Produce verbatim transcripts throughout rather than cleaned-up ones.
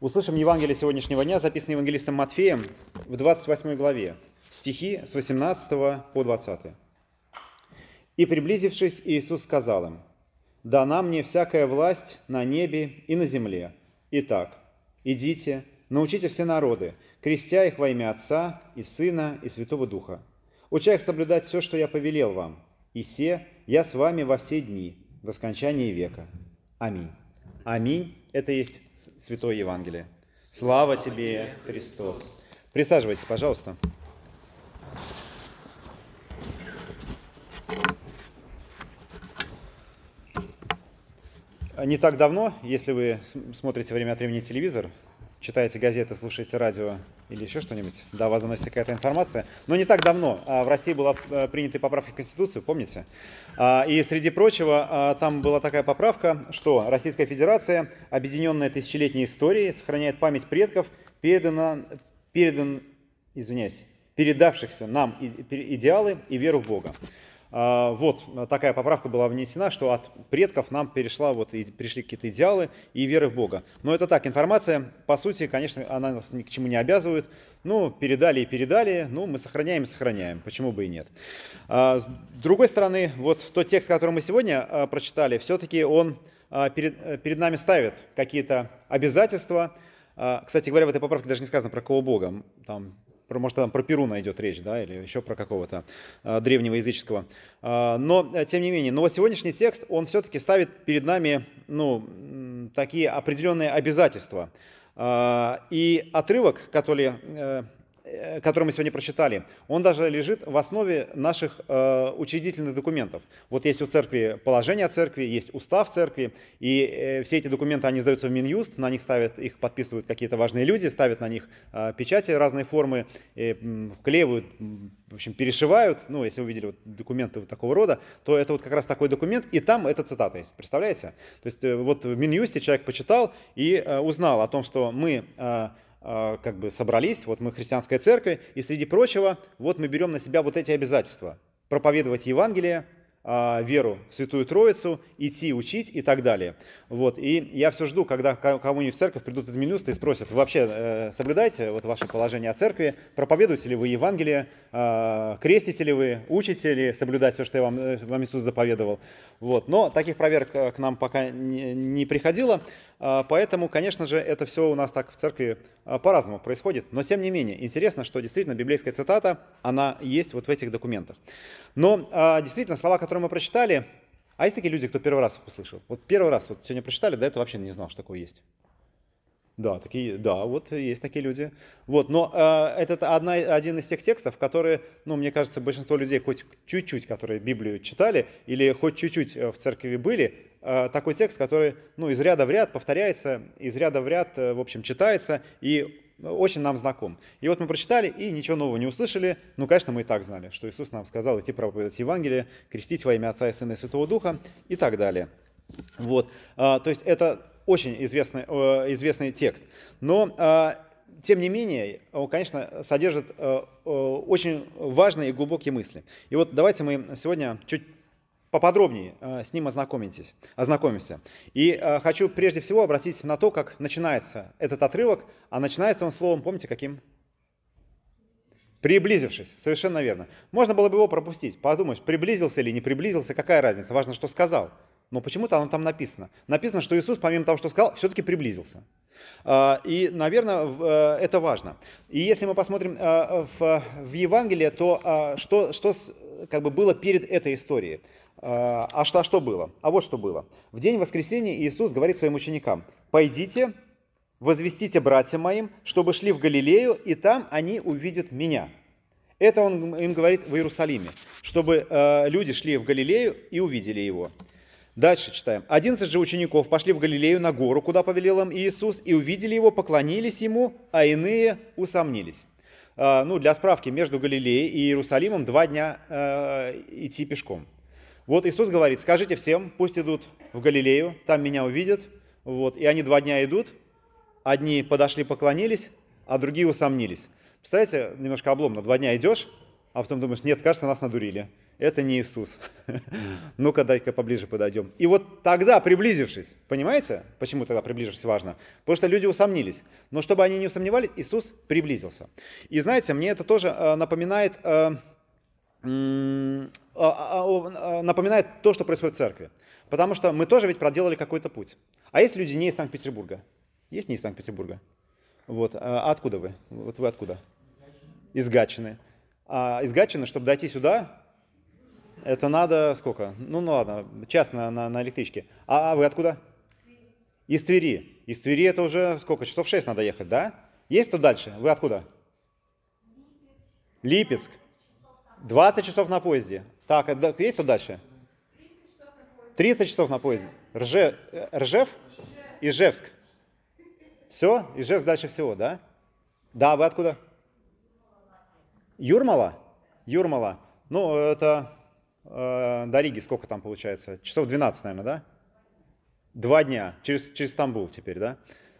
Услышим Евангелие сегодняшнего дня, записанное Евангелистом Матфеем в двадцать восьмой главе, стихи с восемнадцатого по двадцатый. «И, приблизившись, Иисус сказал им: дана мне всякая власть на небе и на земле. Итак, идите, научите все народы, крестя их во имя Отца и Сына и Святого Духа, уча их соблюдать все, что я повелел вам. И се я с вами во все дни, до скончания века. Аминь». Аминь. Это есть Святое Евангелие. Слава тебе, Христос. Присаживайтесь, пожалуйста. Не так давно, если вы смотрите время от времени телевизор, читаете газеты, слушаете радио или еще что-нибудь, до вас доносится какая-то информация, но не так давно в России была принята поправка в Конституцию, помните? И среди прочего там была такая поправка, что Российская Федерация, объединенная тысячелетней историей, сохраняет память предков, передан, передан, извиняюсь, передавшихся нам идеалы и веру в Бога. Вот такая поправка была внесена, что от предков нам перешла, вот, и пришли какие-то идеалы и веры в Бога. Но это так, информация, по сути, конечно, она нас ни к чему не обязывает. Ну, передали и передали, ну, мы сохраняем и сохраняем, почему бы и нет. С другой стороны, вот тот текст, который мы сегодня прочитали, все-таки он перед, перед нами ставит какие-то обязательства. Кстати говоря, в этой поправке даже не сказано, про кого Бога. Там, может, там про Перуна идет речь, да, или еще про какого-то а, древнего языческого. А, но, тем не менее, но вот сегодняшний текст, он все-таки ставит перед нами, ну, такие определенные обязательства. А, и отрывок, который, э, который мы сегодня прочитали, он даже лежит в основе наших э, учредительных документов. Вот есть у церкви положение о церкви, есть устав церкви, и э, все эти документы, они сдаются в Минюст, на них ставят, их подписывают какие-то важные люди, ставят на них э, печати разной формы, э, вклеивают, в общем, перешивают. Ну, если вы видели вот документы вот такого рода, то это вот как раз такой документ, и там эта цитата есть, представляете? То есть э, вот в Минюсте человек почитал и э, узнал о том, что мы э, как бы собрались, вот мы христианская церковь, и среди прочего, вот мы берем на себя вот эти обязательства. Проповедовать Евангелие, веру в Святую Троицу, идти учить и так далее. Вот. И я все жду, когда кому-нибудь в церковь придут из Минюста и спросят: вы вообще э, соблюдаете вот ваше положение о церкви, проповедуете ли вы Евангелие, э, крестите ли вы, учите ли соблюдать все, что я вам, вам Иисус заповедовал. Вот. Но таких проверок к нам пока не, не приходило, э, поэтому, конечно же, это все у нас так в церкви э, по-разному происходит. Но, тем не менее, интересно, что действительно библейская цитата, она есть вот в этих документах. Но э, действительно, слова, которые мы прочитали, а есть такие люди, кто первый раз их услышал? Вот первый раз вот сегодня прочитали, до этого вообще не знал, что такое есть. Да, такие, да, вот есть такие люди. Вот, но э, это одна, один из тех текстов, которые, ну, мне кажется, большинство людей хоть чуть-чуть, которые Библию читали, или хоть чуть-чуть в церкви были, э, такой текст, который, ну, из ряда в ряд повторяется, из ряда в ряд, э, в общем, читается и очень нам знаком. И вот мы прочитали и ничего нового не услышали. Ну, конечно, мы и так знали, что Иисус нам сказал идти проповедовать Евангелие, крестить во имя Отца и Сына и Святого Духа и так далее. Вот, а, то есть это очень известный, известный текст. Но, а, тем не менее, он, конечно, содержит а, очень важные и глубокие мысли. И вот давайте мы сегодня чуть поподробнее с ним ознакомитесь, ознакомимся. И э, хочу прежде всего обратить на то, как начинается этот отрывок. А начинается он словом, помните, каким? Приблизившись. Совершенно верно. Можно было бы его пропустить. Подумаешь, приблизился или не приблизился, какая разница? Важно, что сказал. Но почему-то оно там написано. Написано, что Иисус, помимо того, что сказал, все-таки приблизился. Э, и, наверное, э, это важно. И если мы посмотрим э, в, в Евангелие, то э, что, что как бы было перед этой историей? А что, а что было? А вот что было. В день воскресения Иисус говорит своим ученикам: «Пойдите, возвестите братьям моим, чтобы шли в Галилею, и там они увидят меня». Это он им говорит в Иерусалиме, чтобы э, люди шли в Галилею и увидели его. Дальше читаем. «Одиннадцать же учеников пошли в Галилею на гору, куда повелел им Иисус, и увидели его, поклонились ему, а иные усомнились». Э, ну, для справки, между Галилеей и Иерусалимом два дня э, идти пешком. Вот Иисус говорит: скажите всем, пусть идут в Галилею, там меня увидят. Вот. И они два дня идут, одни подошли, поклонились, а другие усомнились. Представляете, немножко обломно, два дня идешь, а потом думаешь: нет, кажется, нас надурили. это не Иисус. Ну-ка, дай-ка поближе подойдем. И вот тогда, приблизившись, понимаете, почему тогда приближившись важно? Потому что люди усомнились. Но чтобы они не усомневались, Иисус приблизился. И знаете, мне это тоже э, напоминает, э, э, э, напоминает то, что происходит в церкви. Потому что мы тоже ведь проделали какой-то путь. А есть люди не из Санкт-Петербурга? Есть не из Санкт-Петербурга? Вот. А откуда вы? Вот вы откуда? Из Гатчины. А из Гатчины, чтобы дойти сюда, это надо сколько? Ну, ну ладно, час на, на, на электричке. А, а вы откуда? Из Твери. Из Твери это уже сколько? Часов шесть надо ехать, да? Есть тут дальше? Вы откуда? Липецк. двадцать часов на поезде. Так, есть тут дальше? тридцать часов на поезде. Рже, Ржев? Ижевск. Все? Ижевск дальше всего, да? Да, вы откуда? Юрмала? Юрмала. Ну, это э, до Риги сколько там получается? Часов двенадцать, наверное, да? Два дня. Через, через Стамбул теперь, да?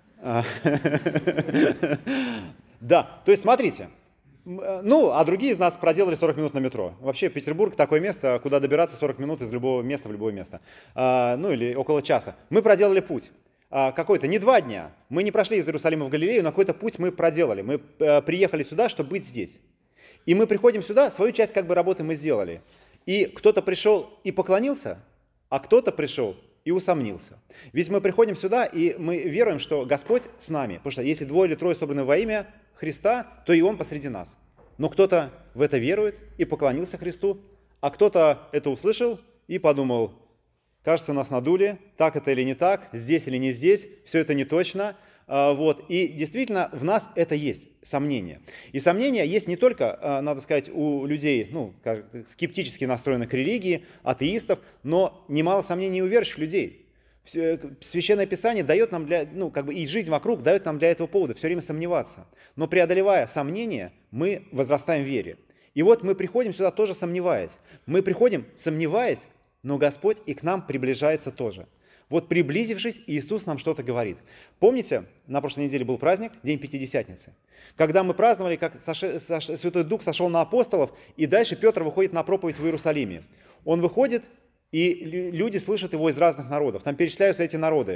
Да, то есть смотрите. Ну, а другие из нас проделали сорок минут на метро. Вообще Петербург такое место, куда добираться сорок минут из любого места в любое место. Ну, или около часа. Мы проделали путь. Какой-то, не два дня. Мы не прошли из Иерусалима в Галилею, но какой-то путь мы проделали. Мы приехали сюда, чтобы быть здесь. И мы приходим сюда, свою часть как бы работы мы сделали. И кто-то пришел и поклонился, а кто-то пришел и усомнился. Ведь мы приходим сюда, и мы веруем, что Господь с нами. Потому что если двое или трое собраны во имя Христа, то и Он посреди нас. Но кто-то в это верует и поклонился Христу, а кто-то это услышал и подумал, кажется, нас надули, так это или не так, здесь или не здесь, все это не точно. Вот. И действительно в нас это есть, сомнения. И сомнения есть не только, надо сказать, у людей, ну, скептически настроенных к религии, атеистов, но немало сомнений у верующих людей. Священное Писание дает нам для, ну, как бы и жизнь вокруг дает нам для этого повода все время сомневаться. Но преодолевая сомнения, мы возрастаем в вере. И вот мы приходим сюда тоже сомневаясь. Мы приходим сомневаясь, но Господь и к нам приближается тоже. Вот приблизившись, Иисус нам что-то говорит. Помните, на прошлой неделе был праздник, День Пятидесятницы, когда мы праздновали, как Святой Дух сошел на апостолов, и дальше Петр выходит на проповедь в Иерусалиме. Он выходит, и люди слышат его из разных народов. Там перечисляются эти народы.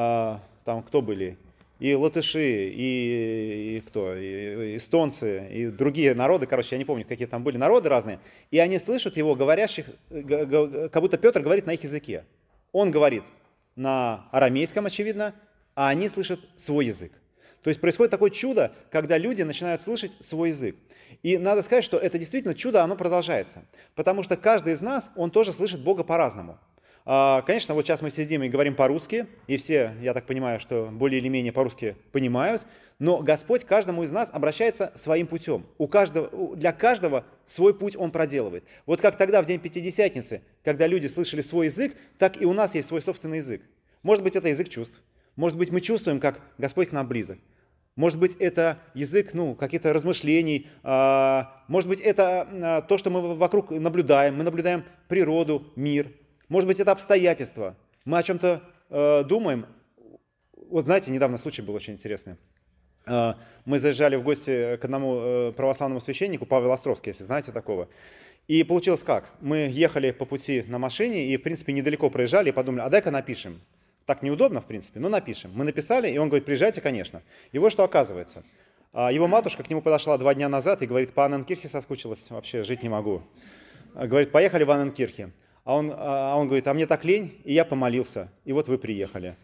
Там кто были? И латыши, и, и кто? И эстонцы, и другие народы. Короче, я не помню, какие там были народы разные. И они слышат его, говорящих, как будто Петр говорит на их языке. Он говорит на арамейском, очевидно, а они слышат свой язык. То есть происходит такое чудо, когда люди начинают слышать свой язык. И надо сказать, что это действительно чудо, оно продолжается. Потому что каждый из нас, он тоже слышит Бога по-разному. Конечно, вот сейчас мы сидим и говорим по-русски, и все, я так понимаю, что более или менее по-русски понимают, но Господь каждому из нас обращается своим путем. У каждого, для каждого свой путь Он проделывает. Вот как тогда в День Пятидесятницы, когда люди слышали свой язык, так и у нас есть свой собственный язык. Может быть, это язык чувств. Может быть, мы чувствуем, как Господь к нам близок. Может быть, это язык, ну, каких-то размышлений. Может быть, это то, что мы вокруг наблюдаем. Мы наблюдаем природу, мир. Может быть, это обстоятельства. Мы о чем-то э, думаем. Вот знаете, недавно случай был очень интересный. Э, мы заезжали в гости к одному э, православному священнику, Павел Островский, если знаете такого. И получилось как? Мы ехали по пути на машине и, в принципе, недалеко проезжали и подумали, а дай-ка напишем. Так неудобно, в принципе, но напишем. Мы написали, и он говорит, приезжайте, конечно. И вот что оказывается. Его матушка к нему подошла два дня назад и говорит, по Анненкирхе соскучилась, вообще жить не могу. Говорит, поехали в Анненкирхе. А он, а он говорит, а мне так лень, и я помолился, и вот вы приехали.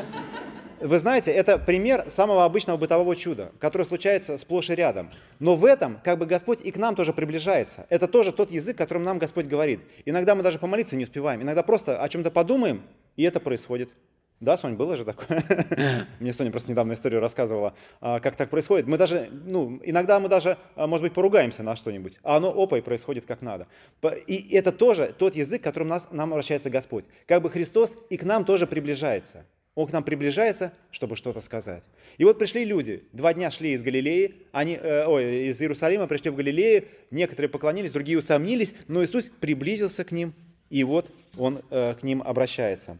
Вы знаете, это пример самого обычного бытового чуда, которое случается сплошь и рядом. Но в этом как бы Господь и к нам тоже приближается. Это тоже тот язык, которым нам Господь говорит. Иногда мы даже помолиться не успеваем, иногда просто о чем-то подумаем, и это происходит. Да, Сонь, было же такое? Мне Соня просто недавно историю рассказывала, как так происходит. Мы даже, ну, иногда мы даже, может быть, поругаемся на что-нибудь, а оно опа и происходит как надо. И это тоже тот язык, которым нас, нам обращается Господь. Как бы Христос и к нам тоже приближается. Он к нам приближается, чтобы что-то сказать. И вот пришли люди, два дня шли из Галилеи, они, э, ой, из Иерусалима пришли в Галилею, некоторые поклонились, другие усомнились, но Иисус приблизился к ним, и вот Он э, к ним обращается.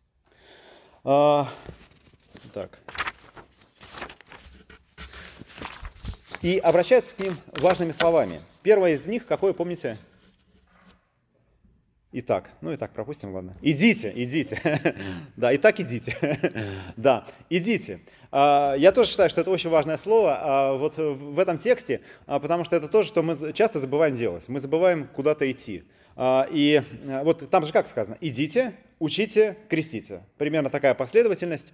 А, так. И обращается к ним важными словами. Первое из них, какое, помните? Итак, ну и так пропустим, ладно. Идите, идите. Да, и так идите. Да, идите. Я тоже считаю, что это очень важное слово вот в этом тексте, потому что это то, что мы часто забываем делать. Мы забываем куда-то идти. И вот там же как сказано: идите, учите, крестите. Примерно такая последовательность.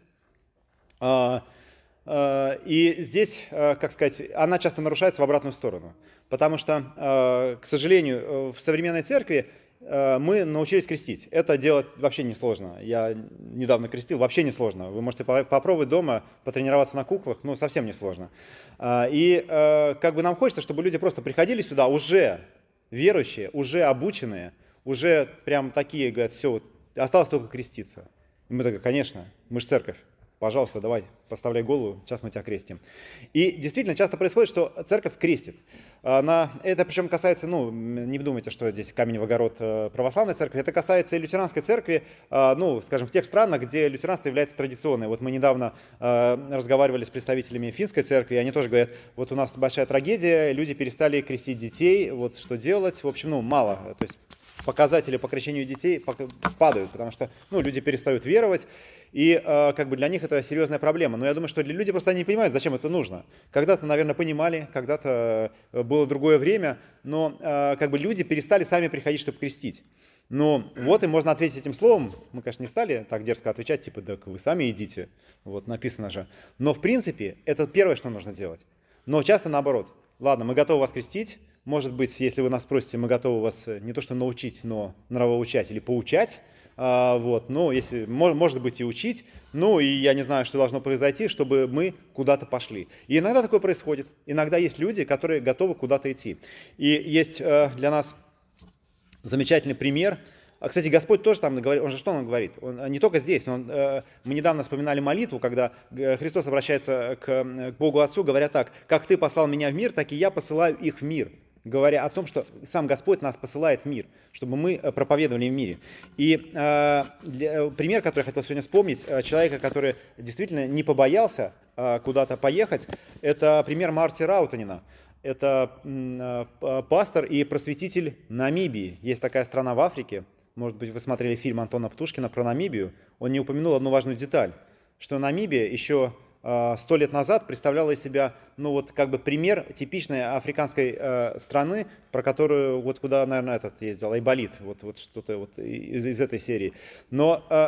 И здесь, как сказать, она часто нарушается в обратную сторону. Потому что, к сожалению, в современной церкви мы научились крестить. Это делать вообще несложно. Я недавно крестил, вообще несложно. Вы можете попробовать дома, потренироваться на куклах, ну совсем несложно. И как бы нам хочется, чтобы люди просто приходили сюда уже верующие, уже обученные, уже прям такие, говорят, все, вот, осталось только креститься. И мы такие: конечно, мы же церковь. Пожалуйста, давай, поставляй голову, сейчас мы тебя крестим. И действительно часто происходит, что церковь крестит. На, это причем касается, ну, не думайте, что здесь камень в огород православной церкви, это касается и лютеранской церкви, ну, скажем, в тех странах, где лютеранство является традиционной. Вот мы недавно разговаривали с представителями финской церкви, и они тоже говорят: вот у нас большая трагедия, люди перестали крестить детей, вот что делать, в общем, ну, мало, то есть показатели по крещению детей падают, потому что, ну, люди перестают веровать, и э, как бы для них это серьезная проблема. Но я думаю, что люди просто не понимают, зачем это нужно. Когда-то, наверное, понимали, когда-то было другое время, но э, как бы люди перестали сами приходить, чтобы крестить. Ну, вот им можно ответить этим словом. Мы, конечно, не стали так дерзко отвечать, типа: да вы сами идите, вот написано же. Но, в принципе, это первое, что нужно делать. Но часто наоборот. Ладно, мы готовы вас крестить. Может быть, если вы нас спросите, мы готовы вас не то что научить, но нравоучать или поучать. А, вот, ну, если, может быть, и учить. Ну, и я не знаю, что должно произойти, чтобы мы куда-то пошли. И иногда такое происходит. Иногда есть люди, которые готовы куда-то идти. И есть э, для нас замечательный пример. Кстати, Господь тоже там говорит, он же что он говорит? Он не только здесь, но он, э, мы недавно вспоминали молитву, когда Христос обращается к, к Богу Отцу, говоря так: как ты послал меня в мир, так и я посылаю их в мир. Говоря о том, что сам Господь нас посылает в мир, чтобы мы проповедовали в мире. И э, для, пример, который я хотел сегодня вспомнить, человека, который действительно не побоялся э, куда-то поехать, это пример Марти Раутанена. Это э, пастор и просветитель Намибии. Есть такая страна в Африке. Может быть, вы смотрели фильм Антона Птушкина про Намибию. Он не упомянул одну важную деталь, что Намибия еще сто лет назад представляла из себя, ну вот как бы пример типичной африканской э, страны, про которую вот куда, наверное, этот ездил, Айболит, вот, вот что-то вот из, из этой серии. Но э,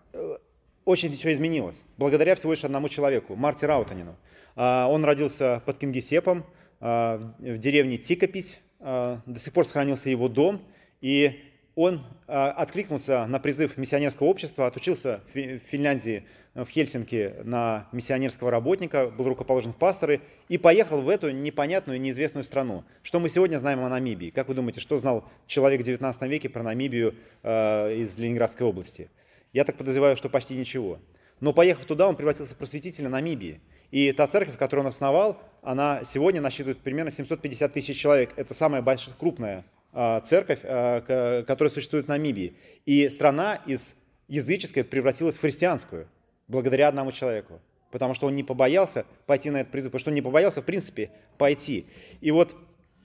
очень все изменилось, благодаря всего лишь одному человеку, Марти Раутанену. Э, он родился под Кингисеппом э, в, в деревне Тикопись, э, до сих пор сохранился его дом, и он э, откликнулся на призыв миссионерского общества, отучился в, в Финляндии, в Хельсинки на миссионерского работника, был рукоположен в пасторы и поехал в эту непонятную, неизвестную страну. Что мы сегодня знаем о Намибии? Как вы думаете, что знал человек в девятнадцатом веке про Намибию э, из Ленинградской области? Я так подозреваю, что почти ничего. Но поехав туда, он превратился в просветителя Намибии. И та церковь, которую он основал, она сегодня насчитывает примерно семьсот пятьдесят тысяч человек. Это самая большая, крупная э, церковь, э, которая существует в Намибии. И страна из языческой превратилась в христианскую. Благодаря одному человеку, потому что он не побоялся пойти на этот призыв, потому что он не побоялся, в принципе, пойти. И вот,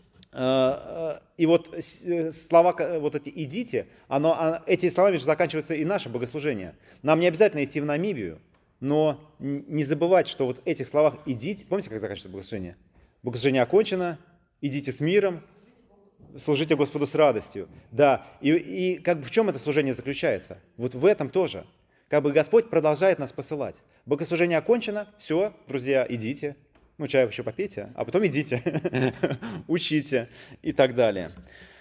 э, и вот слова, вот эти «идите», оно, эти словами же заканчивается и наше богослужение. Нам не обязательно идти в Намибию, но не забывать, что вот в этих словах «идите», помните, как заканчивается богослужение? Богослужение окончено, идите с миром, служите Господу с радостью. Да, и, и как бы в чем это служение заключается? Вот в этом тоже. Как бы Господь продолжает нас посылать. Богослужение окончено, все, друзья, идите. Ну, чай еще попейте, а потом идите, учите и так далее.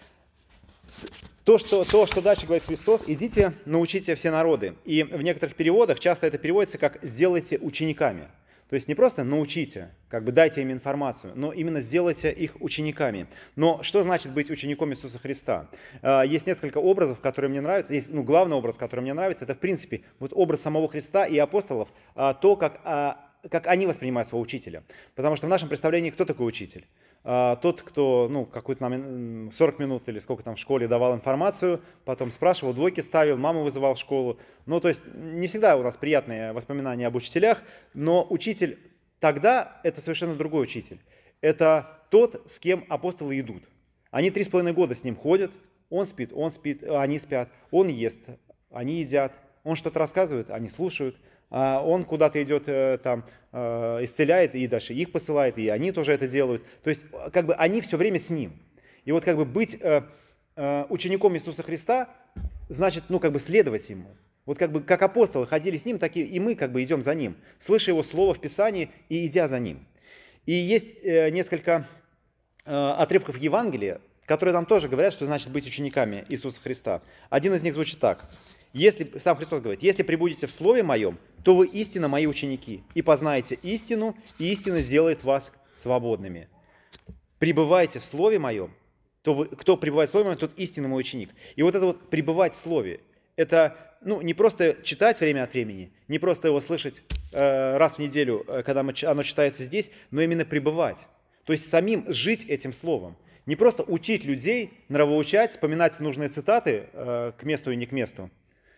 То что, то, что дальше говорит Христос: идите, научите все народы. И в некоторых переводах часто это переводится как «сделайте учениками». То есть не просто научите, как бы дайте им информацию, но именно сделайте их учениками. Но что значит быть учеником Иисуса Христа? Есть несколько образов, которые мне нравятся. Есть, ну, главный образ, который мне нравится, это в принципе вот образ самого Христа и апостолов, то, как, как они воспринимают своего учителя. Потому что в нашем представлении кто такой учитель? Тот, кто ну, какую-то нам сорок минут или сколько там в школе давал информацию, потом спрашивал, двойки ставил, маму вызывал в школу. Ну, то есть не всегда у нас приятные воспоминания об учителях, но учитель тогда это совершенно другой учитель. Это тот, с кем апостолы идут. Они три с половиной года с ним ходят, Он спит, он спит, они спят, он ест, они едят, он что-то рассказывает, они слушают, он куда-то идет, там, исцеляет, и дальше их посылает, и они тоже это делают. То есть как бы они все время с ним. И вот как бы быть учеником Иисуса Христа значит, ну, как бы следовать ему. Вот как бы как апостолы ходили с ним, так и, и мы как бы идем за ним, слыша его слово в Писании и идя за ним. И есть э, несколько э, отрывков Евангелия, которые нам тоже говорят, что значит быть учениками Иисуса Христа. Один из них звучит так. Если, сам Христос говорит, если пребудете в Слове Моем, то вы истинно Мои ученики, и познаете истину, и истина сделает вас свободными. Пребывайте в Слове Моем, то вы, кто пребывает в Слове Моем, тот истинно Мой ученик. И вот это вот пребывать в Слове, это ну, не просто читать время от времени, не просто его слышать э, раз в неделю, когда мы, оно читается здесь, но именно пребывать. То есть самим жить этим словом. Не просто учить людей, нравоучать, вспоминать нужные цитаты э, к месту и не к месту,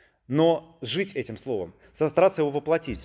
но жить этим словом, стараться его воплотить.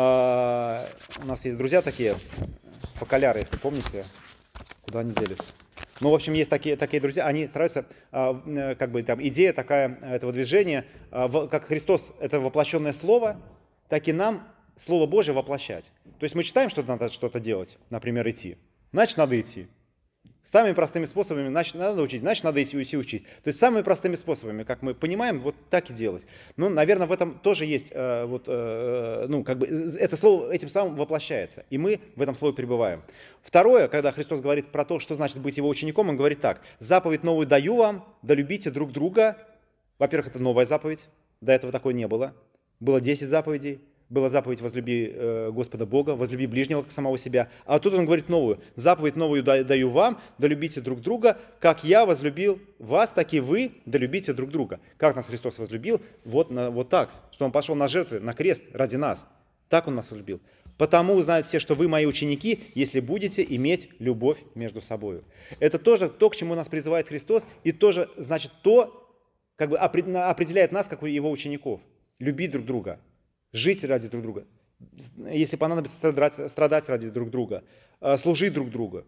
Э, у нас есть друзья такие, поколяры, если помните, куда они делись. Ну, в общем, есть такие, такие друзья, они стараются, как бы там идея такая этого движения, как Христос – это воплощенное слово, так и нам Слово Божие воплощать. То есть мы читаем, что надо что-то делать, например, идти, значит, надо идти. Самыми простыми способами, значит, надо учить, значит, надо идти, идти учить. То есть самыми простыми способами, как мы понимаем, вот так и делать. Ну, наверное, в этом тоже есть, э, вот, э, ну, как бы, это слово этим самым воплощается, и мы в этом слове пребываем. Второе, когда Христос говорит про то, что значит быть его учеником, он говорит так: «Заповедь новую даю вам, да любите друг друга». Во-первых, это новая заповедь, до этого такой не было. Было десять заповедей. Была заповедь «возлюби э, Господа Бога», «возлюби ближнего, как самого себя». А тут он говорит новую: «Заповедь новую даю вам, да любите друг друга, как я возлюбил вас, так и вы, да любите друг друга». Как нас Христос возлюбил? Вот, на, вот так, что Он пошел на жертвы, на крест ради нас. Так Он нас возлюбил. «Потому узнают все, что вы мои ученики, если будете иметь любовь между собой». Это тоже то, к чему нас призывает Христос, и тоже, значит, то, как бы определяет нас, как Его учеников. Любить друг друга. Жить ради друг друга, если понадобится страдать, страдать ради друг друга, служить друг другу.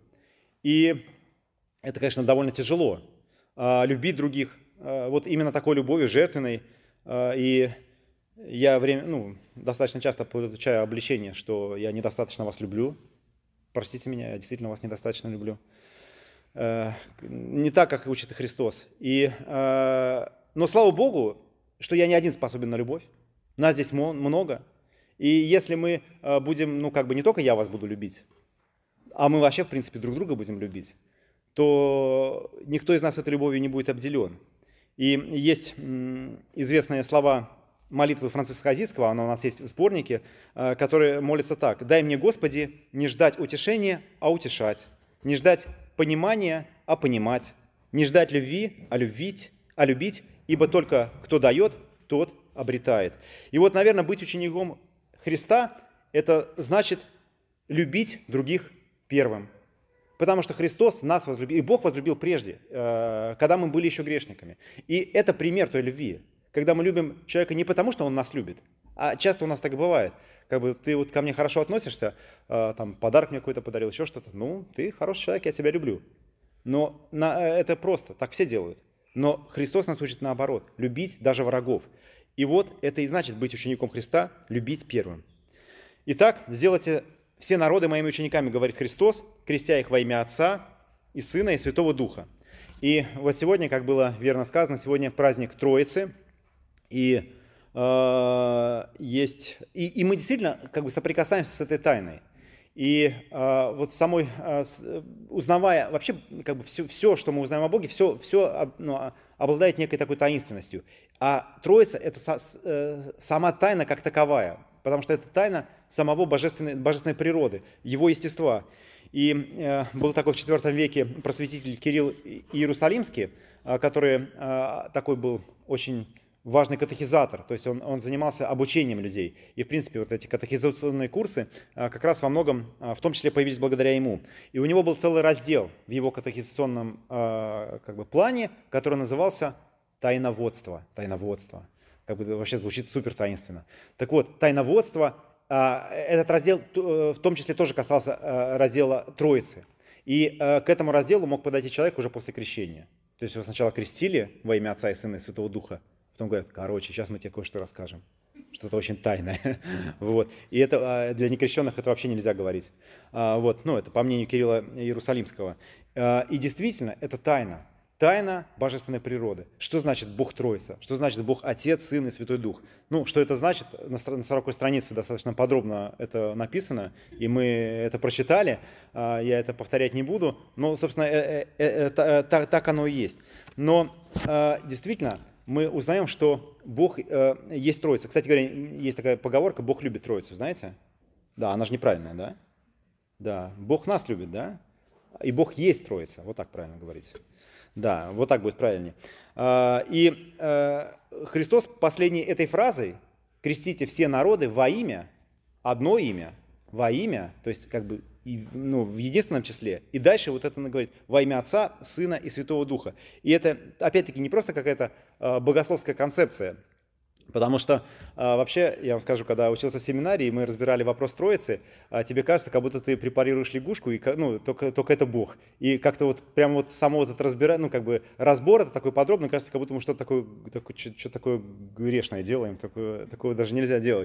И это, конечно, довольно тяжело, любить других, вот именно такой любовью, жертвенной. И я время, ну, достаточно часто получаю обличение, что я недостаточно вас люблю. Простите меня, я действительно вас недостаточно люблю. Не так, как учит Христос. И, но слава Богу, что я не один способен на любовь. Нас здесь много, и если мы будем, ну как бы не только я вас буду любить, а мы вообще, в принципе, друг друга будем любить, то никто из нас этой любовью не будет обделен. И есть известные слова молитвы Франциска Азийского, она у нас есть в сборнике, которые молятся так: «Дай мне, Господи, не ждать утешения, а утешать, не ждать понимания, а понимать, не ждать любви, а любить, а любить, ибо только кто дает, тот обретает». И вот, наверное, быть учеником Христа – это значит любить других первым. Потому что Христос нас возлюбил, и Бог возлюбил прежде, когда мы были еще грешниками. И это пример той любви. Когда мы любим человека не потому, что он нас любит, а часто у нас так бывает. Как бы ты вот ко мне хорошо относишься, там, подарок мне какой-то подарил, еще что-то. Ну, ты хороший человек, я тебя люблю. Но это просто, так все делают. Но Христос нас учит наоборот, любить даже врагов. И вот это и значит быть учеником Христа, любить первым. Итак, сделайте все народы моими учениками, говорит Христос, крестя их во имя Отца и Сына и Святого Духа. И вот сегодня, как было верно сказано, сегодня праздник Троицы. И, э, есть, и, и мы действительно как бы соприкасаемся с этой тайной. И э, вот самой, э, узнавая вообще как бы все, все, что мы узнаем о Боге, все, все ну, обладает некой такой таинственностью. А Троица – это со, э, сама тайна как таковая, потому что это тайна самого божественной, божественной природы, его естества. И э, был такой в четвёртом веке просветитель Кирилл Иерусалимский, э, который э, такой был очень важный катехизатор, то есть он, он занимался обучением людей. И, в принципе, вот эти катехизационные курсы а, как раз во многом, а, в том числе, появились благодаря ему. И у него был целый раздел в его катехизационном а, как бы, плане, который назывался «Тайноводство». Тайноводство. Как бы вообще звучит супер таинственно. Так вот, тайноводство, а, этот раздел в том числе тоже касался а, раздела Троицы. И а, к этому разделу мог подойти человек уже после крещения. То есть его сначала крестили во имя Отца и Сына и Святого Духа, потом говорят, короче, сейчас мы тебе кое-что расскажем, что-то очень тайное. Вот. И это для некрещенных это вообще нельзя говорить. Вот. Ну, это по мнению Кирилла Иерусалимского. И действительно, это тайна. Тайна божественной природы. Что значит Бог Троица? Что значит Бог Отец, Сын и Святой Дух? Ну, что это значит? На сороковой странице достаточно подробно это написано, и мы это прочитали. Я это повторять не буду, но, собственно, так оно и есть. Но действительно, мы узнаем, что Бог есть Троица. Кстати говоря, есть такая поговорка, Бог любит Троицу, знаете? Да, она же неправильная, да? Да, Бог нас любит, да? И Бог есть Троица, вот так правильно говорить. Да, вот так будет правильнее. И Христос последней этой фразой «крестите все народы во имя», одно имя, во имя, то есть как бы ну, в единственном числе. И дальше вот это он говорит во имя Отца, Сына и Святого Духа. И это опять-таки не просто какая-то богословская концепция. Потому что а, вообще, я вам скажу, когда учился в семинарии, мы разбирали вопрос Троицы, а, тебе кажется, как будто ты препарируешь лягушку, и, ну, только, только это Бог. И как-то вот прямо вот само вот это разбира... ну, как бы разбор, это такой подробный, кажется, как будто мы что-то такое, такое, что-то такое грешное делаем, такое, такого даже нельзя делать.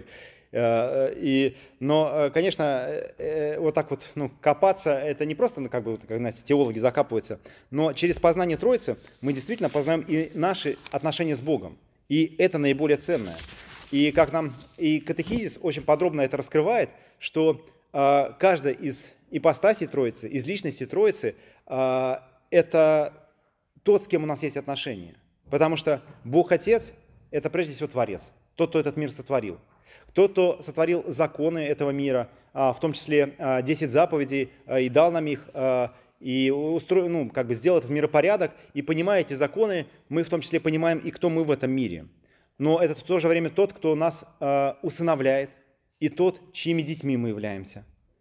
И, но, конечно, вот так вот ну, копаться, это не просто, ну, как бы, как, знаете, теологи закапываются, но через познание Троицы мы действительно познаем и наши отношения с Богом. И это наиболее ценное. И как нам и катехизис очень подробно это раскрывает, что э, каждая из ипостасей Троицы, из личности Троицы, э, это тот, с кем у нас есть отношения. Потому что Бог Отец – это прежде всего Творец, тот, кто этот мир сотворил. Тот, кто сотворил законы этого мира, э, в том числе э, десять заповедей, э, и дал нам их, э, и устроил, ну, как бы сделал этот миропорядок, и понимая эти законы, мы в том числе понимаем и кто мы в этом мире. Но это в то же время тот, кто нас э, усыновляет, и тот, чьими детьми мы являемся.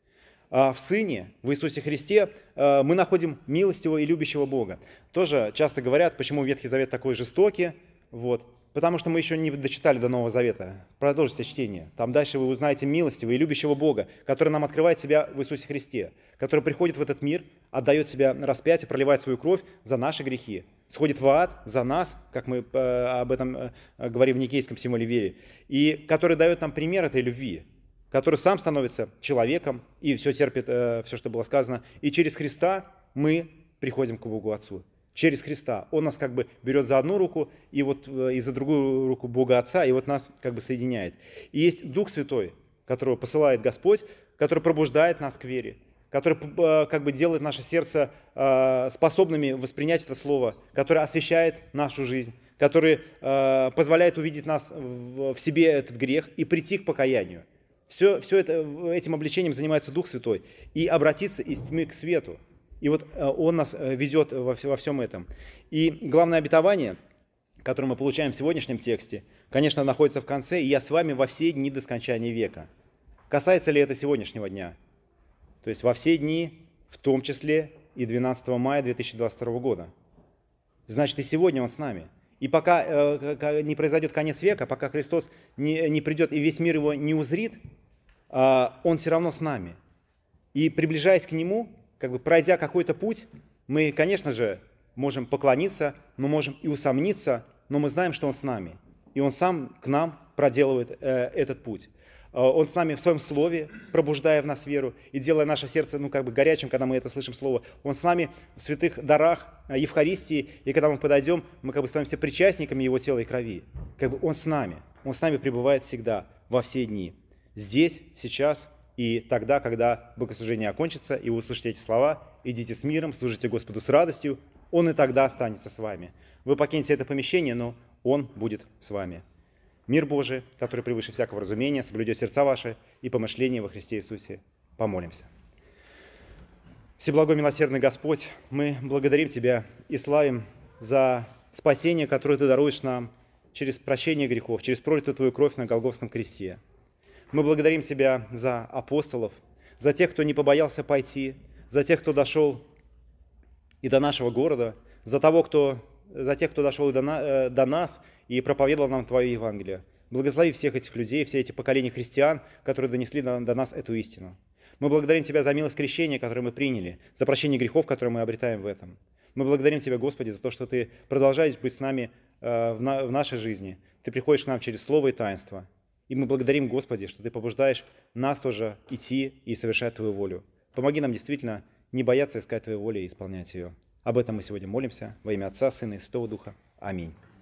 А в Сыне, в Иисусе Христе, э, мы находим милостивого и любящего Бога. Тоже часто говорят, почему Ветхий Завет такой жестокий, вот. Потому что мы еще не дочитали до Нового Завета. Продолжите чтение. Там дальше вы узнаете милостивого и любящего Бога, который нам открывает себя в Иисусе Христе, который приходит в этот мир, отдает себя на распятие, проливает свою кровь за наши грехи, сходит в ад за нас, как мы об этом говорим в Никейском символе веры, и который дает нам пример этой любви, который сам становится человеком и все терпит, все, что было сказано. И через Христа мы приходим к Богу Отцу. Через Христа. Он нас как бы берет за одну руку, и вот и за другую руку Бога Отца, и вот нас как бы соединяет. И есть Дух Святой, которого посылает Господь, который пробуждает нас к вере, который как бы делает наше сердце способными воспринять это Слово, который освящает нашу жизнь, который позволяет увидеть нас в себе этот грех и прийти к покаянию. Все, все это, этим обличением занимается Дух Святой. И обратиться из тьмы к свету. И вот Он нас ведет во всем этом. И главное обетование, которое мы получаем в сегодняшнем тексте, конечно, находится в конце, и я с вами во все дни до скончания века. Касается ли это сегодняшнего дня? То есть во все дни, в том числе и двенадцатого мая две тысячи двадцать второго года. Значит, и сегодня Он с нами. И пока э, не произойдет конец века, пока Христос не, не придет и весь мир Его не узрит, э, Он все равно с нами. И приближаясь к Нему, как бы пройдя какой-то путь, мы, конечно же, можем поклониться, но можем и усомниться, но мы знаем, что Он с нами. И Он сам к нам проделывает э, этот путь. Он с нами в Своем Слове, пробуждая в нас веру и делая наше сердце ну, как бы горячим, когда мы это слышим Слово. Он с нами в святых дарах Евхаристии, и когда мы подойдем, мы как бы становимся причастниками Его тела и крови. Как бы Он с нами. Он с нами пребывает всегда, во все дни. Здесь, сейчас и тогда, когда богослужение окончится, и вы услышите эти слова: «Идите с миром, служите Господу с радостью», Он и тогда останется с вами. Вы покинете это помещение, но Он будет с вами. Мир Божий, который превыше всякого разумения, соблюдет сердца ваши и помышления во Христе Иисусе. Помолимся. Всеблагой милосердный Господь, мы благодарим Тебя и славим за спасение, которое Ты даруешь нам через прощение грехов, через пролитую Твою кровь на Голгофском кресте. Мы благодарим Тебя за апостолов, за тех, кто не побоялся пойти, за тех, кто дошел и до нашего города, за, того, кто, за тех, кто дошел и до, на, до нас и проповедовал нам Твое Евангелие. Благослови всех этих людей, все эти поколения христиан, которые донесли до, до нас эту истину. Мы благодарим Тебя за милость крещения, которое мы приняли, за прощение грехов, которые мы обретаем в этом. Мы благодарим Тебя, Господи, за то, что Ты продолжаешь быть с нами э, в, на, в нашей жизни. Ты приходишь к нам через Слово и таинство. И мы благодарим, Господи, что Ты побуждаешь нас тоже идти и совершать Твою волю. Помоги нам действительно не бояться искать Твою волю и исполнять ее. Об этом мы сегодня молимся во имя Отца, Сына и Святого Духа. Аминь.